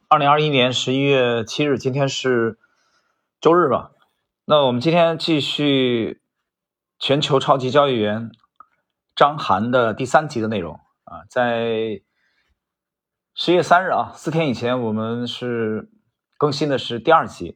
2021年11月7日，今天是周日吧？那我们今天继续全球超级交易员张涵的第3集的内容啊，在10月3日啊，4天以前我们是更新的是第2集。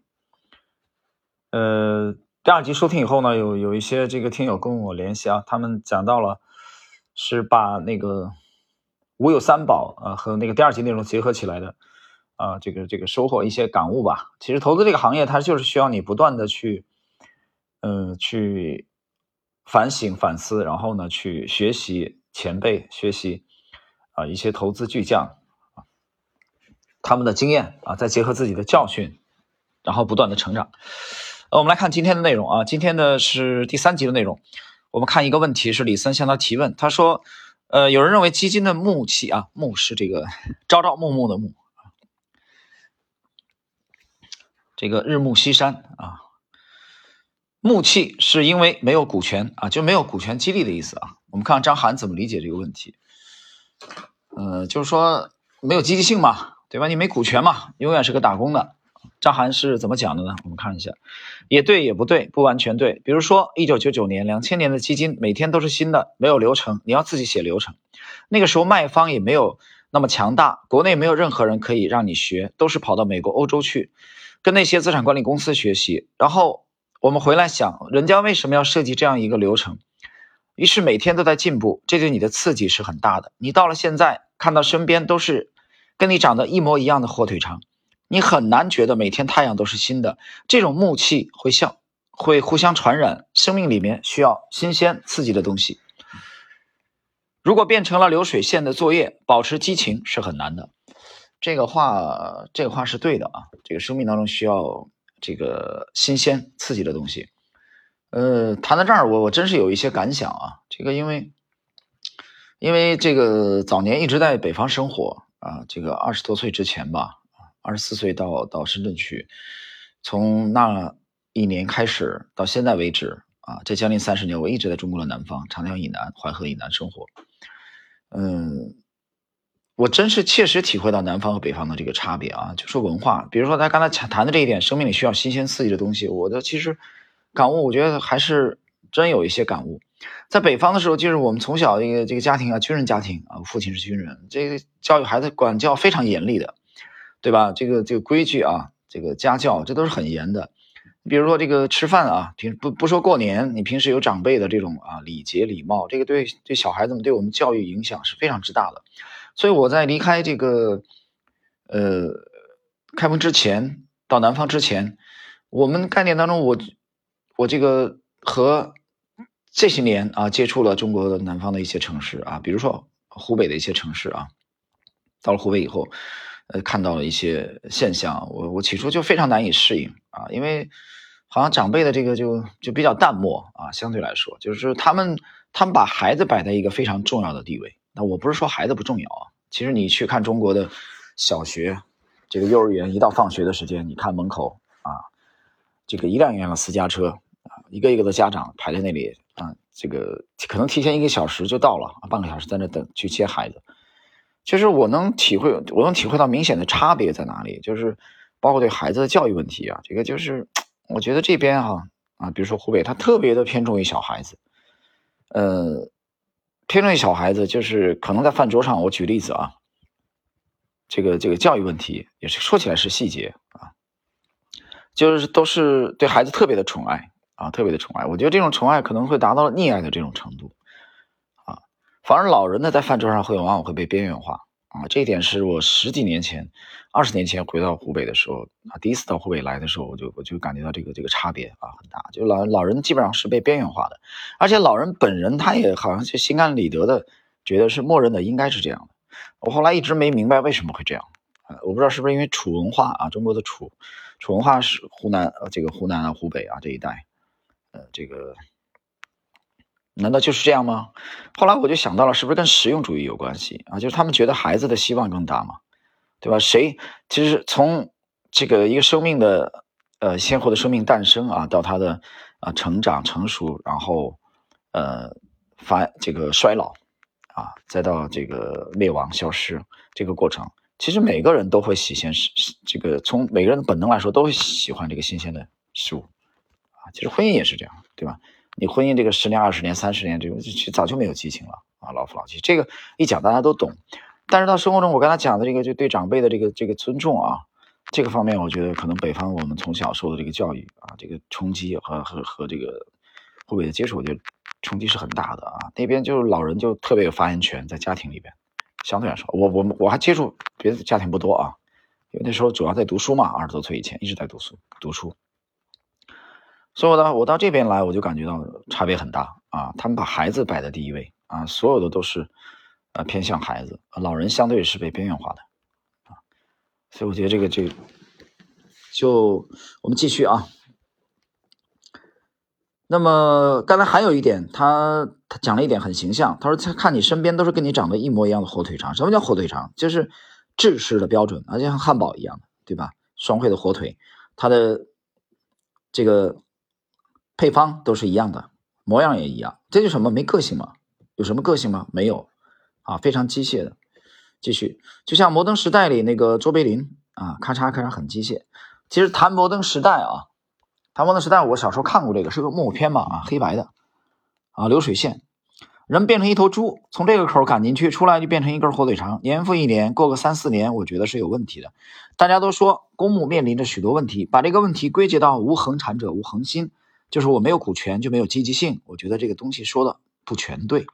第2集收听以后呢，有一些这个听友跟我联系啊，他们讲到了是把那个无有三宝和那个第2集内容结合起来的这个收获一些感悟吧。其实投资这个行业它就是需要你不断的去反省反思，然后呢去学习前辈，学习一些投资巨匠他们的经验再结合自己的教训，然后不断的成长。我们来看今天的内容啊，今天的是第3集的内容。我们看一个问题，是李森向他提问，他说有人认为基金的木气啊，木是这个朝朝暮暮的暮，这个日暮西山啊，木气是因为没有股权啊，就没有股权激励的意思啊。我们看看张涵怎么理解这个问题。就是说没有积极性嘛，对吧？你没股权嘛，永远是个打工的。张涵是怎么讲的呢？我们看一下，也对也不对，不完全对。比如说1999年、2000年的基金每天都是新的，没有流程，你要自己写流程。那个时候卖方也没有那么强大，国内没有任何人可以让你学，都是跑到美国、欧洲去，跟那些资产管理公司学习。然后我们回来想，人家为什么要设计这样一个流程？于是每天都在进步，这对你的刺激是很大的。你到了现在，看到身边都是跟你长得一模一样的火腿肠，你很难觉得每天太阳都是新的。这种木气会互相传染，生命里面需要新鲜刺激的东西。如果变成了流水线的作业，保持激情是很难的。这个话是对的啊，这个生命当中需要这个新鲜刺激的东西。谈到这儿，我真是有一些感想啊。这个因为这个早年一直在北方生活啊，这个20多岁之前吧，24岁到深圳去，从那一年开始到现在为止啊，这将近30年，我一直在中国的南方，长江以南、淮河以南生活。我真是切实体会到南方和北方的这个差别啊，就说文化，比如说他刚才谈的这一点，生命里需要新鲜刺激的东西，我的其实感悟，我觉得还是真有一些感悟。在北方的时候，就是我们从小这个家庭啊，军人家庭啊，父亲是军人，这个教育孩子管教非常严厉的，对吧？这个规矩啊，这个家教，这都是很严的。比如说这个吃饭啊，不说过年，你平时有长辈的这种礼节礼貌，这个对小孩子们对我们教育影响是非常之大的。所以我在离开这个开封之前，到南方之前，我们概念当中我这个和这些年接触了中国的南方的一些城市比如说湖北的一些城市到了湖北以后看到了一些现象，我起初就非常难以适应因为好像长辈的这个就比较淡漠相对来说就是他们把孩子摆在一个非常重要的地位。那我不是说孩子不重要其实你去看中国的小学这个幼儿园，一到放学的时间，你看门口这个一辆一辆的私家车一个一个的家长排在那里这个可能提前1个小时就到了半个小时在那等去接孩子。其实我能体会到明显的差别在哪里，就是包括对孩子的教育问题这个就是我觉得这边比如说湖北，他特别的偏重于小孩子，偏重于小孩子，就是可能在饭桌上，我举例子这个教育问题也是说起来是细节就是都是对孩子特别的宠爱特别的宠爱。我觉得这种宠爱可能会达到溺爱的这种程度反而老人呢在饭桌上往往会被边缘化这一点是我10几年前、20年前回到湖北的时候第一次到湖北来的时候，我就感觉到这个差别很大。就老人基本上是被边缘化的，而且老人本人他也好像是心安理得的觉得是默认的应该是这样的。我后来一直没明白为什么会这样我不知道是不是因为楚文化中国的楚文化是湖南湖北这一带这个难道就是这样吗？后来我就想到了是不是跟实用主义有关系就是他们觉得孩子的希望更大嘛，对吧？其实从这个一个生命的鲜活的生命诞生到他的成长成熟，然后这个衰老再到这个灭亡消失这个过程， 其实每个人都会喜欢这个，从每个人的本能来说，都会喜欢这个新鲜的事物啊。其实婚姻也是这样，对吧？你婚姻这个10年、20年、30年，这个早就没有激情了啊，老夫老妻。这个一讲大家都懂，但是到生活中，我刚才讲的这个就对长辈的这个尊重啊，这个方面，我觉得可能北方我们从小受的这个教育啊，这个冲击和这个会不会的接触，我觉得冲击是很大的啊。那边就是老人就特别有发言权，在家庭里边。相对来说，我还接触别的家庭不多啊，因为那时候主要在读书嘛，20多岁以前一直在读书，所以我到这边来，我就感觉到差别很大啊。他们把孩子摆在第一位啊，所有的都是偏向孩子，老人相对是被边缘化的啊。所以我觉得这个就我们继续啊。那么刚才还有一点，他讲了一点很形象，他说他看你身边都是跟你长得一模一样的火腿肠。什么叫火腿肠？就是制式的标准，而且像汉堡一样的，对吧？双汇的火腿，它的这个配方都是一样的，模样也一样，这就是什么？没个性吗？有什么个性吗？没有啊，非常机械的。继续，就像摩登时代里那个卓别林啊，咔嚓咔嚓很机械。其实谈摩登时代啊，谈摩登时代，我小时候看过这个，是个木偶片嘛啊，黑白的啊，流水线，人变成一头猪，从这个口赶进去，出来就变成一根火腿肠，年复一年，过个3、4年，我觉得是有问题的。大家都说公募面临着许多问题，把这个问题归结到无恒产者无恒心，就是我没有股权就没有积极性，我觉得这个东西说的不全对。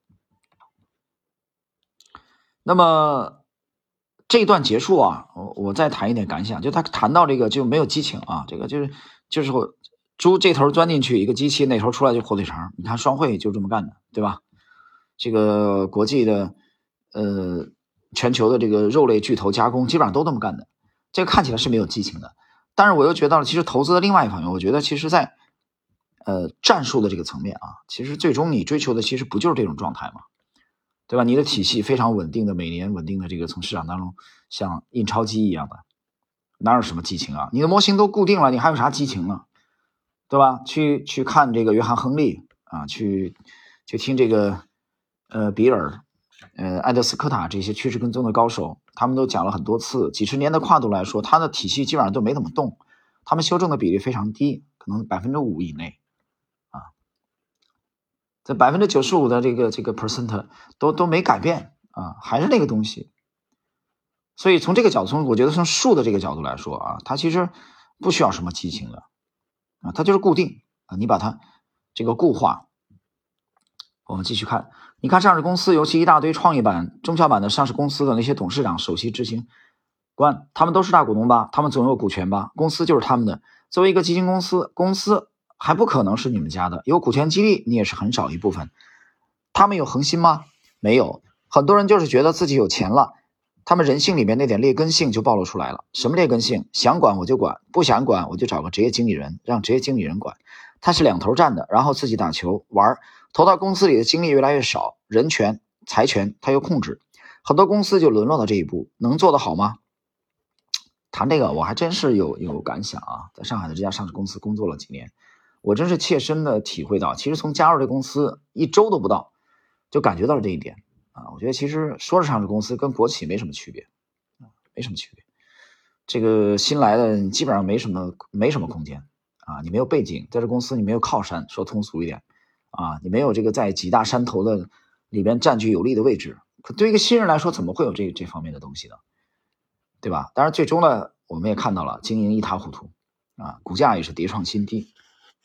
那么这一段结束啊，我再谈一点感想，就他谈到这个就没有激情啊，这个就是猪这头钻进去一个机器，那头出来就火腿肠，你看双汇就这么干的，对吧？这个国际的全球的这个肉类巨头加工基本上都这么干的，这个看起来是没有激情的。但是我又觉得其实投资的另外一方面，我觉得其实在战术的这个层面啊，其实最终你追求的其实不就是这种状态吗？对吧？你的体系非常稳定的，每年稳定的这个从市场当中像印钞机一样的，哪有什么激情啊？你的模型都固定了，你还有啥激情呢？对吧？去看这个约翰亨利啊，去听这个比尔艾德斯科塔这些趋势跟踪的高手，他们都讲了很多次，几十年的跨度来说，他的体系基本上都没怎么动，他们修正的比例非常低，可能5%以内啊，在95%的这个 percent 都没改变啊，还是那个东西。所以从这个角度，我觉得从数的这个角度来说啊，它其实不需要什么激情的啊，它就是固定啊，你把它这个固化。我们继续看，你看上市公司，尤其一大堆创业板、中小板的上市公司的那些董事长、首席执行官，他们都是大股东吧？他们总有股权吧？公司就是他们的。作为一个基金公司，公司还不可能是你们家的，有股权激励你也是很少一部分。他们有恒心吗？没有。很多人就是觉得自己有钱了，他们人性里面那点劣根性就暴露出来了。什么劣根性？想管我就管，不想管我就找个职业经理人，让职业经理人管。他是两头站的，然后自己打球玩，投到公司里的精力越来越少，人权、财权他又控制，很多公司就沦落到这一步，能做得好吗？谈这个我还真是有感想啊，在上海的这家上市公司工作了几年，我真是切身的体会到，其实从加入这公司1周都不到，就感觉到了这一点啊。我觉得其实说是上市公司跟国企没什么区别，没什么区别。这个新来的基本上没什么空间啊，你没有背景，在这公司你没有靠山，说通俗一点啊，你没有这个在几大山头的里边占据有利的位置，可对一个新人来说，怎么会有这方面的东西呢？对吧？当然最终呢，我们也看到了经营一塌糊涂啊，股价也是跌创新低。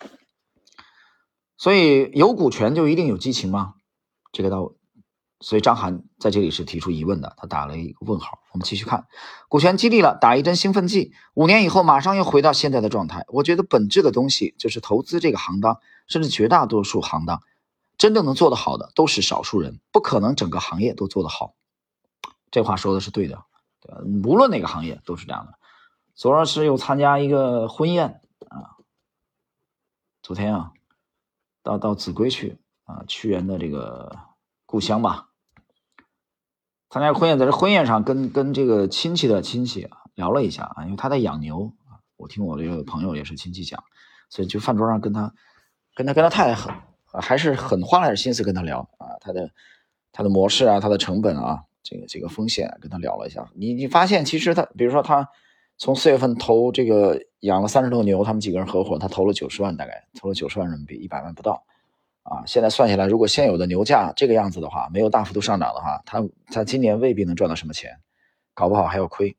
所以有股权就一定有激情吗？这个所以张涵在这里是提出疑问的，他打了一个问号。我们继续看，股权激励了，打一针兴奋剂，5年以后马上又回到现在的状态。我觉得本质的东西就是投资这个行当，甚至绝大多数行当，真正能做得好的都是少数人，不可能整个行业都做得好。这话说的是对的，对吧？无论哪个行业都是这样的。昨儿是又参加一个婚宴啊，昨天啊，到秭归去啊，屈原的这个故乡吧。参加婚宴，在这婚宴上跟这个亲戚啊聊了一下啊，因为他在养牛啊，我听我这个朋友也是亲戚讲，所以就饭桌上跟他太太还是很花了点心思跟他聊啊，他的模式啊，他的成本啊， 这个风险，跟他聊了一下。你发现其实他，比如说他从4月份投这个养了30头牛，他们几个人合伙，他投了90万，大概投了90万人民币，100万不到啊。现在算下来，如果现有的牛价这个样子的话，没有大幅度上涨的话，他今年未必能赚到什么钱，搞不好还要亏。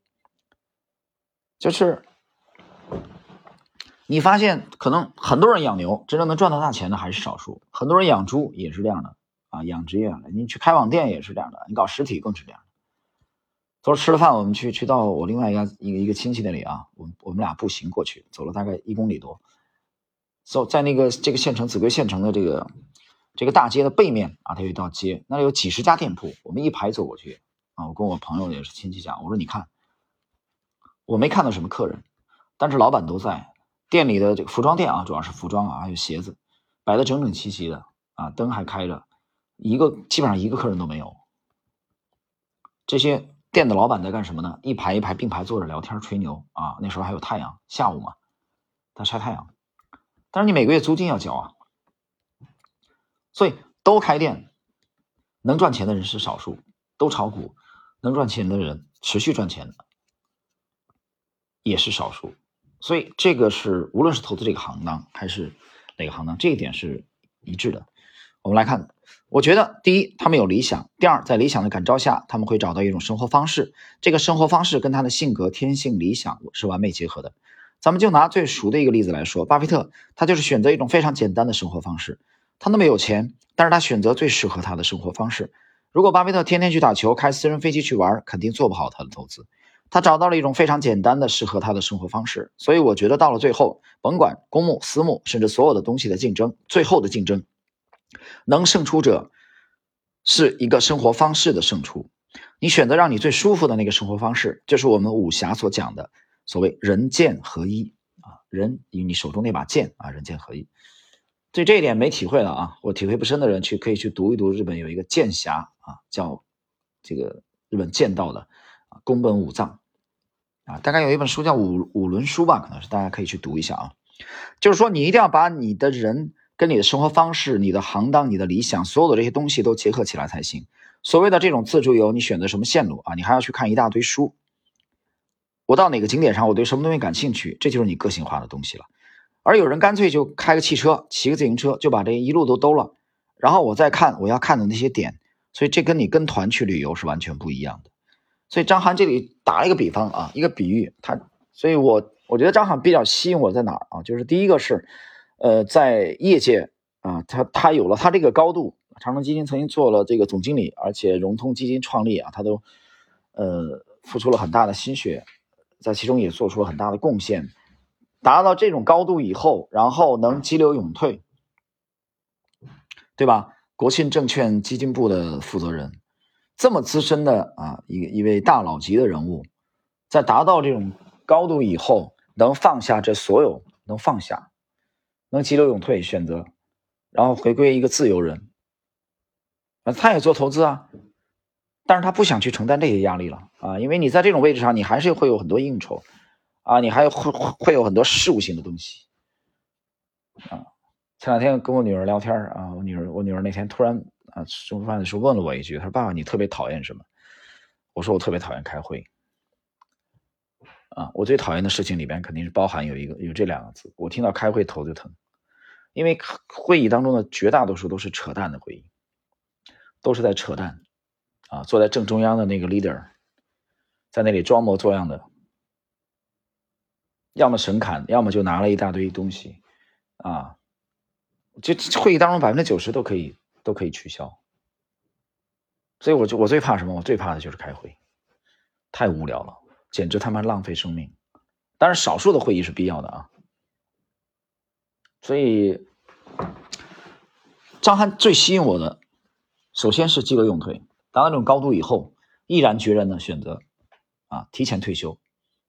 就是你发现可能很多人养牛，真正能赚到大钱的还是少数。很多人养猪也是这样的啊，养殖业的，你去开网店也是这样的，你搞实体更是这样的。昨儿吃了饭，我们去到我另外一个亲戚那里啊，我们俩步行过去，走了大概1公里多，走在这个县城紫桂县城的这个大街的背面啊，它有一道街，那里有几十家店铺，我们一排走过去啊，我跟我朋友也是亲戚讲，我说你看，我没看到什么客人，但是老板都在。店里的这个服装店啊，主要是服装啊，还有鞋子，摆得整整齐齐的啊，灯还开着，基本上一个客人都没有。这些店的老板在干什么呢？一排一排并排坐着聊天吹牛啊，那时候还有太阳，下午嘛，他晒太阳。但是你每个月租金要交啊，所以都开店，能赚钱的人是少数，都炒股，能赚钱的人持续赚钱的也是少数。所以这个是无论是投资这个行当还是哪个行当，这一点是一致的。我们来看，我觉得第一，他们有理想；第二，在理想的感召下，他们会找到一种生活方式，这个生活方式跟他的性格、天性、理想是完美结合的。咱们就拿最熟的一个例子来说，巴菲特他就是选择一种非常简单的生活方式。他那么有钱，但是他选择最适合他的生活方式。如果巴菲特天天去打球、开私人飞机去玩，肯定做不好他的投资。他找到了一种非常简单的适合他的生活方式，所以我觉得到了最后，甭管公募、私募，甚至所有的东西的竞争，最后的竞争能胜出者是一个生活方式的胜出。你选择让你最舒服的那个生活方式，就是我们武侠所讲的所谓人剑合一啊，人与你手中那把剑啊，人剑合一。对这一点没体会了啊，我体会不深的人可以去读一读日本有一个剑侠啊，叫这个日本剑道的宫本武藏啊，大概有一本书叫五轮书吧，可能是大家可以去读一下啊。就是说你一定要把你的人跟你的生活方式、你的行当、你的理想，所有的这些东西都结合起来才行。所谓的这种自助游，你选择什么线路啊？你还要去看一大堆书。我到哪个景点上，我对什么东西感兴趣，这就是你个性化的东西了。而有人干脆就开个汽车、骑个自行车，就把这一路都兜了，然后我再看我要看的那些点，所以这跟你跟团去旅游是完全不一样的。所以张涵这里打了一个比方啊，一个比喻，所以我觉得张涵比较吸引我在哪儿啊？就是第一个是，在业界啊，他有了他这个高度，长城基金曾经做了这个总经理，而且融通基金创立啊，他都付出了很大的心血，在其中也做出了很大的贡献。达到这种高度以后，然后能激流勇退，对吧？国信证券基金部的负责人，这么资深的啊一位大佬级的人物，在达到这种高度以后，能放下这所有，能放下，能急流勇退，选择，然后回归一个自由人。他也做投资啊，但是他不想去承担这些压力了啊，因为你在这种位置上，你还是会有很多应酬啊，你还会有很多事务性的东西啊。前两天跟我女儿聊天啊，我女儿那天突然啊吃饭的时候问了我一句，她说：“爸爸，你特别讨厌什么？”我说：“我特别讨厌开会。”啊，我最讨厌的事情里边肯定是包含有这两个字，我听到开会头就疼，因为会议当中的绝大多数都是扯淡的会议，都是在扯淡啊，坐在正中央的那个 leader 在那里装模作样的，要么神侃，要么就拿了一大堆东西啊，就会议当中90%都可以取消，所以我最怕什么？我最怕的就是开会，太无聊了，简直他妈浪费生命。当然少数的会议是必要的啊，所以张翰最吸引我的，首先是激流勇退，达到这种高度以后，毅然决然的选择啊提前退休，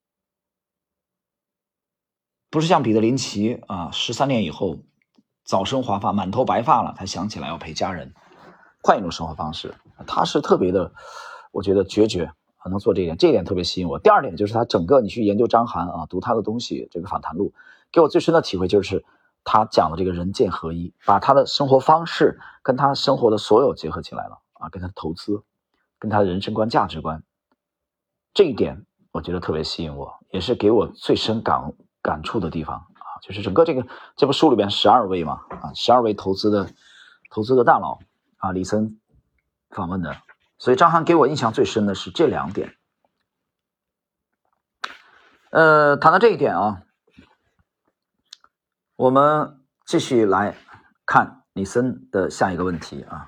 不是像彼得林奇啊13年以后早生华发满头白发了才想起来要陪家人，换一种生活方式，他是特别的，我觉得决绝能做这一点，这一点特别吸引我。第二点就是他整个你去研究张涵啊，读他的东西，这个访谈录给我最深的体会就是他讲的这个人剑合一，把他的生活方式跟他生活的所有结合起来了啊，跟他的投资跟他的人生观价值观，这一点我觉得特别吸引我，也是给我最深感触的地方啊，就是整个这部书里边12位嘛啊，12位投资的大佬啊，李森访问的，所以张翰给我印象最深的是这2点。谈到这一点啊，我们继续来看李森的下一个问题啊。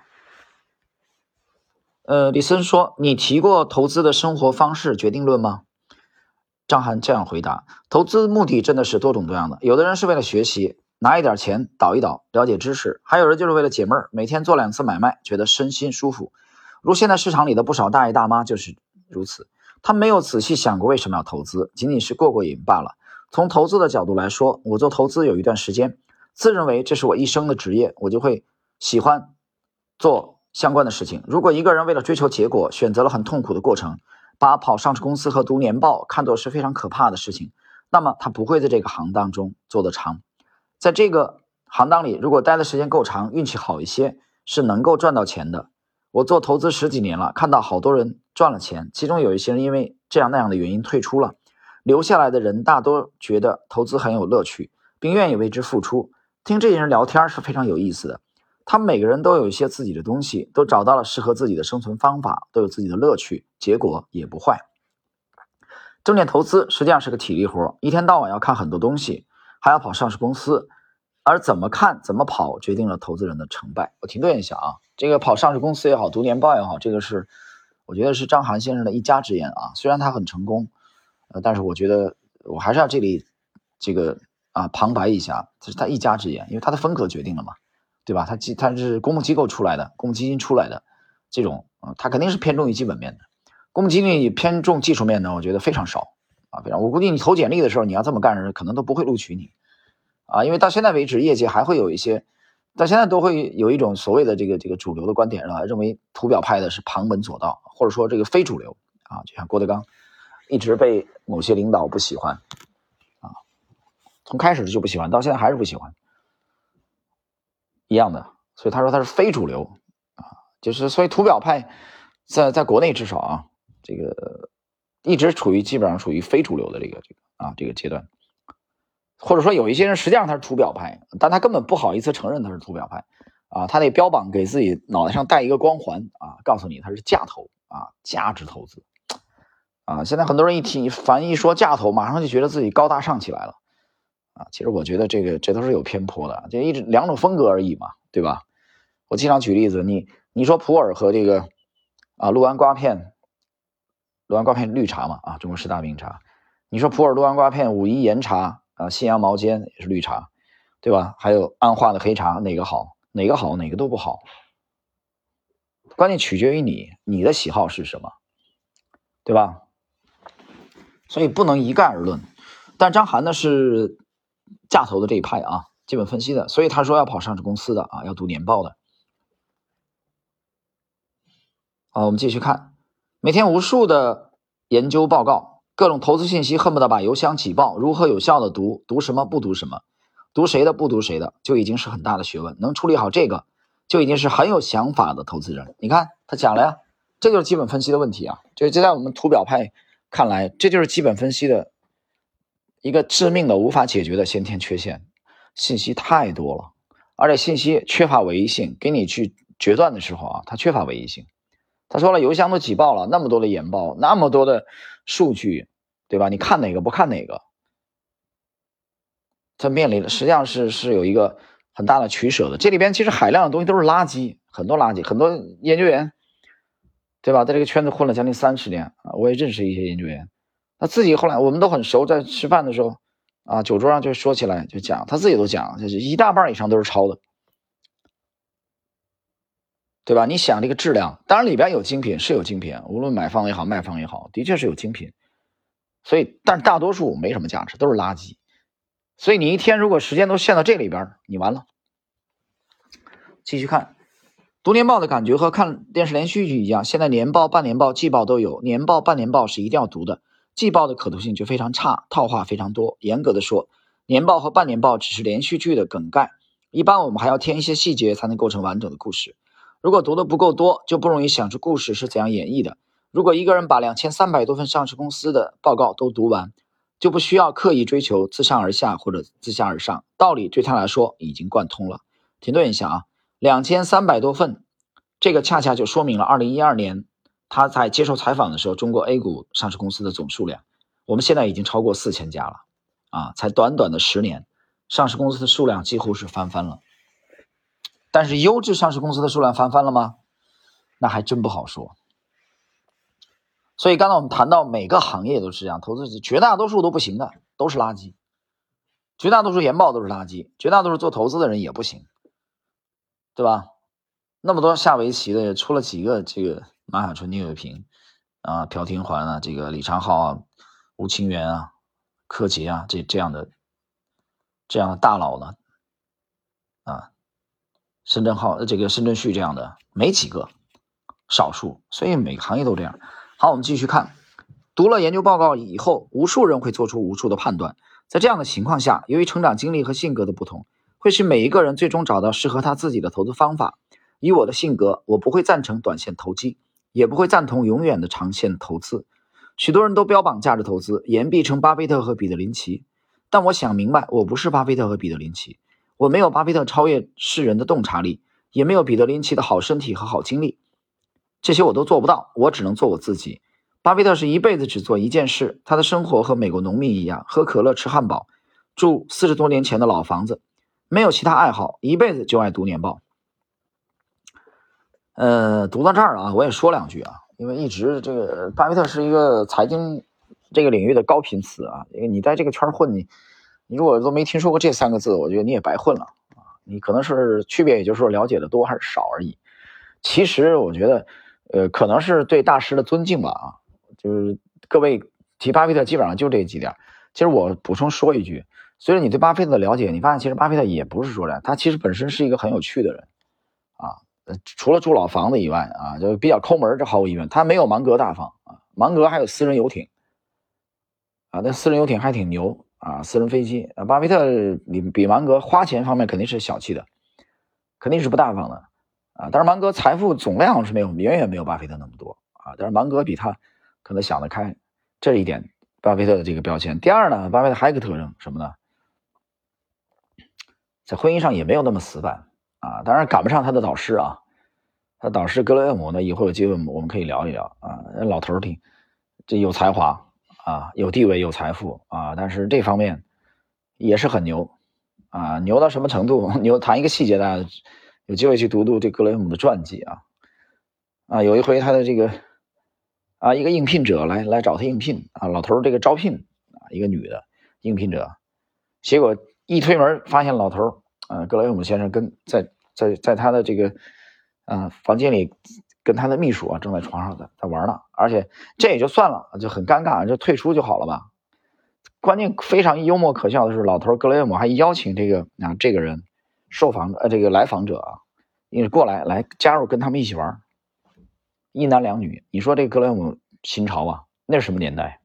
李森说，你提过投资的生活方式决定论吗？张翰这样回答，投资目的真的是多种多样的，有的人是为了学习，拿一点钱倒一倒，了解知识，还有人就是为了解闷儿，每天做2次买卖，觉得身心舒服。如现在市场里的不少大爷大妈就是如此，他没有仔细想过为什么要投资，仅仅是过过瘾罢了。从投资的角度来说，我做投资有一段时间，自认为这是我一生的职业，我就会喜欢做相关的事情。如果一个人为了追求结果，选择了很痛苦的过程，把跑上市公司和读年报看作是非常可怕的事情，那么他不会在这个行当中做得长。在这个行当里，如果待的时间够长，运气好一些，是能够赚到钱的。我做投资10几年了，看到好多人赚了钱，其中有一些人因为这样那样的原因退出了，留下来的人大多觉得投资很有乐趣，并愿意为之付出。听这些人聊天是非常有意思的，他们每个人都有一些自己的东西，都找到了适合自己的生存方法，都有自己的乐趣，结果也不坏。证券投资实际上是个体力活，一天到晚要看很多东西，还要跑上市公司，而怎么看怎么跑决定了投资人的成败。我停顿一下啊，这个跑上市公司也好，读年报也好，这个是我觉得是张翰先生的一家之言啊。虽然他很成功，但是我觉得我还是要这里这个旁白一下，这是他一家之言，因为他的风格决定了嘛，对吧？他是公募机构出来的，公募基金出来的这种他肯定是偏重于基本面的。公募基金偏重技术面呢，我觉得非常少啊，非常。我估计你投简历的时候，你要这么干人，可能都不会录取你啊，因为到现在为止，业界还会有一些，到现在都会有一种所谓的这个主流的观点认为图表派的是旁门左道，或者说这个非主流啊，就像郭德纲一直被某些领导不喜欢啊，从开始就不喜欢，到现在还是不喜欢，一样的。所以他说他是非主流啊，就是所以图表派在国内至少啊，这个一直基本上处于非主流的这个阶段，或者说有一些人实际上他是图表派，但他根本不好意思承认他是图表派啊，他得标榜给自己脑袋上戴一个光环啊，告诉你他是价投啊，价值投资啊。现在很多人凡一说价投，马上就觉得自己高大上起来了啊。其实我觉得这都是有偏颇的，就2种风格而已嘛，对吧？我经常举例子，你说普洱和这个六安瓜片绿茶嘛啊，中国10大名茶。你说普洱、六安瓜片、武夷岩茶信阳毛尖也是绿茶，对吧？还有安化的黑茶，哪个好？哪个好？哪个都不好。关键取决于你的喜好是什么，对吧？所以不能一概而论。但张翰呢是价投的这一派啊，基本分析的，所以他说要跑上市公司的啊，要读年报的。好，我们继续看，每天无数的研究报告，各种投资信息恨不得把邮箱挤爆，如何有效的读什么不读什么，读谁的不读谁的，就已经是很大的学问。能处理好这个，就已经是很有想法的投资人。你看他讲了呀，这就是基本分析的问题啊。就在我们图表派看来，这就是基本分析的一个致命的无法解决的先天缺陷。信息太多了，而且信息缺乏唯一性，给你去决断的时候啊，它缺乏唯一性。他说了，邮箱都挤爆了，那么多的研报，那么多的数据，对吧？你看哪个不看哪个？它面临实际上是有一个很大的取舍的。这里边其实海量的东西都是垃圾，很多垃圾，很多研究员，对吧？在这个圈子混了将近30年啊，我也认识一些研究员，他自己后来我们都很熟，在吃饭的时候啊，酒桌上就说起来就讲，他自己都讲，就是一大半以上都是抄的。对吧？你想这个质量，当然里边有精品，是有精品，无论买方也好，卖方也好，的确是有精品。所以，但是大多数没什么价值，都是垃圾。所以你一天如果时间都陷到这里边，你完了。继续看，读年报的感觉和看电视连续剧一样，现在年报、半年报、季报都有，年报、半年报是一定要读的，季报的可读性就非常差，套话非常多。严格的说，年报和半年报只是连续剧的梗概，一般我们还要添一些细节才能构成完整的故事。 如果读的不够多，就不容易想出故事是怎样演绎的。如果一个人把2300多份上市公司的报告都读完，就不需要刻意追求自上而下或者自下而上，道理对他来说已经贯通了。停顿一下啊，2300多份，这个恰恰就说明了2012年他在接受采访的时候，中国 A 股上市公司的总数量，我们现在已经超过4000家了啊！才短短的10年，上市公司的数量几乎是翻番了。但是优质上市公司的数量翻番了吗？那还真不好说。所以刚才我们谈到每个行业都是这样，投资绝大多数都不行的，都是垃圾。绝大多数研报都是垃圾，绝大多数做投资的人也不行，对吧？那么多下围棋的也出了几个这个马晓春、聂卫平啊、朴廷桓啊、这个李昌镐啊、吴清源啊、柯洁啊这样的大佬呢啊，深圳旭这样的没几个，少数，所以每个行业都这样。好，我们继续看，读了研究报告以后，无数人会做出无数的判断。在这样的情况下，由于成长经历和性格的不同，会使每一个人最终找到适合他自己的投资方法。以我的性格，我不会赞成短线投机，也不会赞同永远的长线投资。许多人都标榜价值投资，言必称巴菲特和彼得林奇，但我想明白，我不是巴菲特和彼得林奇，我没有巴菲特超越世人的洞察力，也没有彼得林奇的好身体和好精力，这些我都做不到，我只能做我自己。巴菲特是一辈子只做一件事，他的生活和美国农民一样，喝可乐吃汉堡，住40多年前的老房子，没有其他爱好，一辈子就爱读年报。读到这儿啊，我也说两句啊，因为一直这个巴菲特是一个财经这个领域的高频词啊，因为你在这个圈混，你如果都没听说过这3个字，我觉得你也白混了啊。你可能是区别，也就是说了解的多还是少而已。其实我觉得，可能是对大师的尊敬吧啊，就是各位提巴菲特基本上就这几点。其实我补充说一句，随着你对巴菲特的了解，你发现其实巴菲特也不是说这样，他其实本身是一个很有趣的人啊。除了住老房子以外啊，就比较抠门，这毫无疑问。他没有芒格大方啊，芒格还有私人游艇啊，那私人游艇还挺牛啊，私人飞机啊。巴菲特比芒格花钱方面肯定是小气的，肯定是不大方的啊。但是芒格财富总量是远远没有巴菲特那么多啊，但是芒格比他可能想得开，这是一点巴菲特的这个标签。第二呢，巴菲特还有一个特征什么呢？在婚姻上也没有那么死板啊，当然赶不上他的导师啊。他导师格雷厄姆呢，以后有机会我们可以聊一聊啊。老头挺这有才华啊，有地位有财富啊，但是这方面也是很牛啊，牛到什么程度？牛谈一个细节，大家有机会去读读这格雷厄姆的传记啊。有一回他的这个一个应聘者来找他应聘啊，老头这个招聘啊，一个女的应聘者，结果一推门发现老头格雷厄姆先生在他的这个房间里跟他的秘书正在床上在玩呢，而且这也就算了，就很尴尬，就退出就好了吧。关键非常幽默可笑的是，老头格雷厄姆还邀请这个人这个来访者因为过来加入跟他们一起玩，一男两女。你说这个格雷厄姆新潮啊，那是什么年代？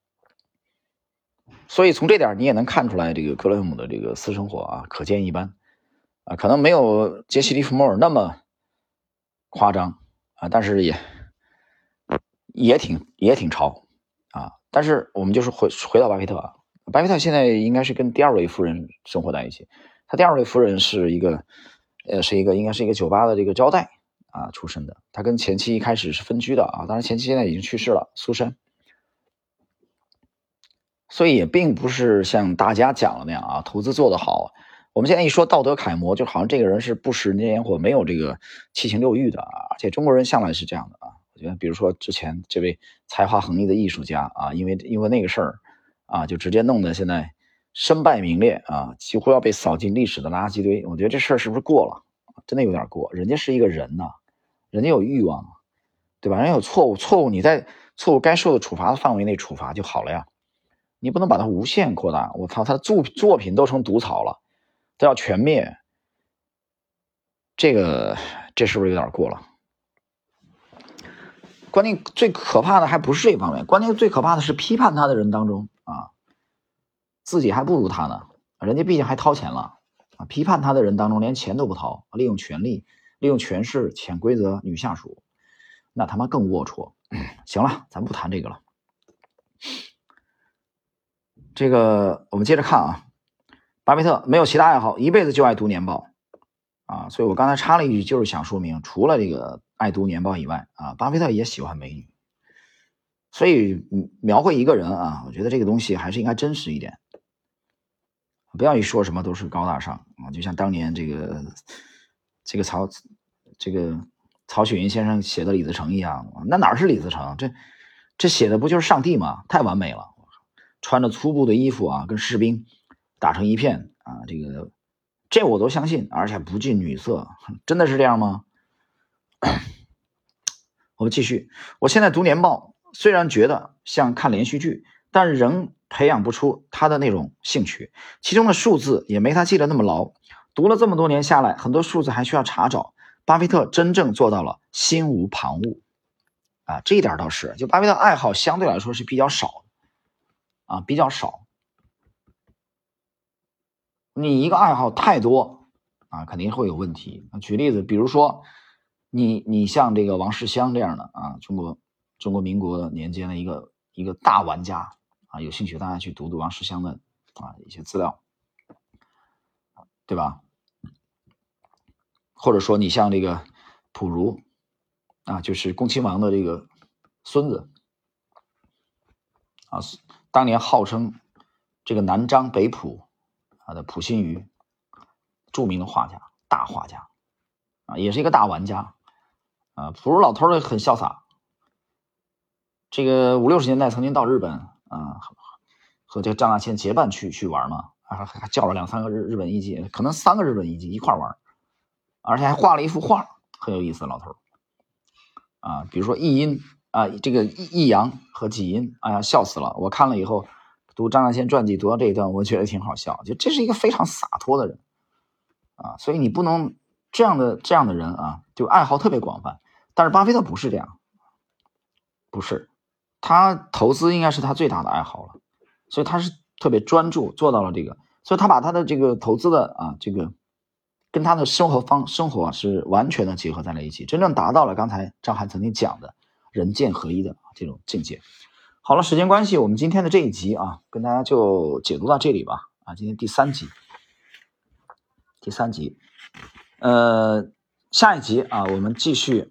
所以从这点你也能看出来，这个格雷厄姆的这个私生活可见一斑可能没有杰西·利弗莫尔那么夸张但是也挺潮但是我们就是回到巴菲特巴菲特现在应该是跟第2位夫人生活在一起，他第2位夫人是应该是一个酒吧的这个招待出身的，他跟前妻一开始是分居的当然前妻现在已经去世了，苏珊。所以也并不是像大家讲的那样投资做得好。我们现在一说道德楷模，就好像这个人是不食烟火，没有这个七情六欲的而且中国人向来是这样的我觉得，比如说之前这位才华横溢的艺术家因为那个事儿就直接弄得现在身败名裂几乎要被扫进历史的垃圾堆。我觉得这事儿是不是过了？真的有点过。人家是一个人人家有欲望，对吧？人家有错误你在错误该受的处罚的范围内处罚就好了呀。你不能把它无限扩大。我操，他的作品都成毒草了，都要全灭，这是不是有点过了？关键最可怕的还不是这方面，关键最可怕的是批判他的人当中自己还不如他呢，人家毕竟还掏钱了批判他的人当中连钱都不掏，利用权力利用权势潜规则女下属，那他妈更龌龊。行了，咱不谈这个了。这个我们接着看啊，巴菲特没有其他爱好，一辈子就爱读年报啊，所以我刚才插了一句，就是想说明，除了这个爱读年报以外啊，巴菲特也喜欢美女。所以描绘一个人啊，我觉得这个东西还是应该真实一点，不要一说什么都是高大上啊，就像当年这个曹雪芹先生写的李自成一样，那哪是李自成？这写的不就是上帝吗？太完美了，穿着粗布的衣服啊，跟士兵打成一片啊，这我都相信，而且不近女色，真的是这样吗？我们继续，我现在读年报，虽然觉得像看连续剧，但仍培养不出他的那种兴趣，其中的数字也没他记得那么牢。读了这么多年下来，很多数字还需要查找。巴菲特真正做到了心无旁骛啊，这一点倒是，就巴菲特爱好相对来说是比较少啊，比较少。你一个爱好太多啊，肯定会有问题。举例子，比如说你像这个王世襄这样的啊，中国民国年间的一个大玩家啊，有兴趣大家去读读王世襄的啊一些资料，对吧？或者说你像这个溥儒啊，就是恭亲王的这个孙子啊，当年号称这个南张北溥啊的溥心畬，著名的画家，大画家啊，也是一个大玩家啊。溥儒老头儿很潇洒，这个50、60年代曾经到日本啊，和这个张大千结伴去玩嘛，还叫了2、3个日本艺妓，可能3个日本艺妓一块玩，而且还画了一幅画，很有意思，老头儿啊，比如说易阴啊，这个易阳和己阴，哎呀，笑死了！我看了以后，读张大千传记读到这一段，我觉得挺好笑，就这是一个非常洒脱的人啊，所以你不能这样的人啊，就爱好特别广泛。但是巴菲特不是这样，不是，他投资应该是他最大的爱好了，所以他是特别专注做到了这个，所以他把他的这个投资的啊这个跟他的生活是完全的结合在了一起，真正达到了刚才张涵曾经讲的人剑合一的这种境界。好了，时间关系，我们今天的这一集啊，跟大家就解读到这里吧。啊，今天第三集，下一集啊，我们继续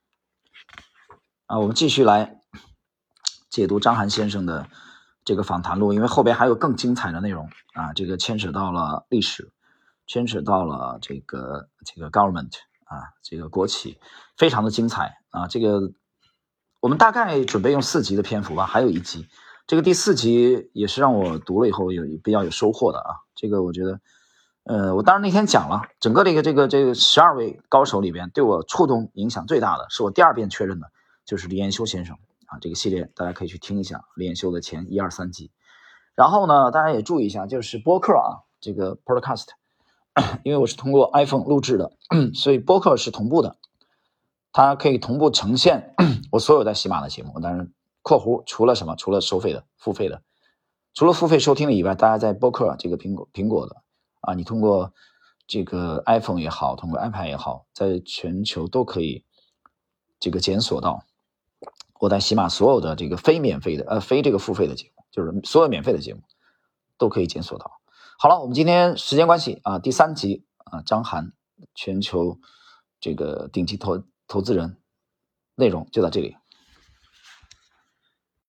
来解读张涵先生的这个访谈录，因为后边还有更精彩的内容啊，这个牵扯到了历史，牵扯到了这个 government 啊，这个国企，非常的精彩啊。这个我们大概准备用4集的篇幅吧，还有1集。这个第4集也是让我读了以后比较有收获的啊。这个我觉得，我当然那天讲了，整个这个12位高手里边，对我触动影响最大的是我第2遍确认的，就是李彦修先生啊。这个系列大家可以去听一下李彦修的前1、2、3集。然后呢，大家也注意一下，就是播客啊，这个 podcast， 因为我是通过 iPhone 录制的，所以播客是同步的。它可以同步呈现我所有在喜马的节目，当然括弧除了什么，除了收费的、付费的，除了付费收听的以外，大家在播客这个苹果的啊，你通过这个 iPhone 也好，通过 iPad 也好，在全球都可以这个检索到我在喜马所有的这个非这个付费的节目，就是所有免费的节目都可以检索到。好了，我们今天时间关系啊，第3集啊，张涵全球这个顶级投资人内容就到这里。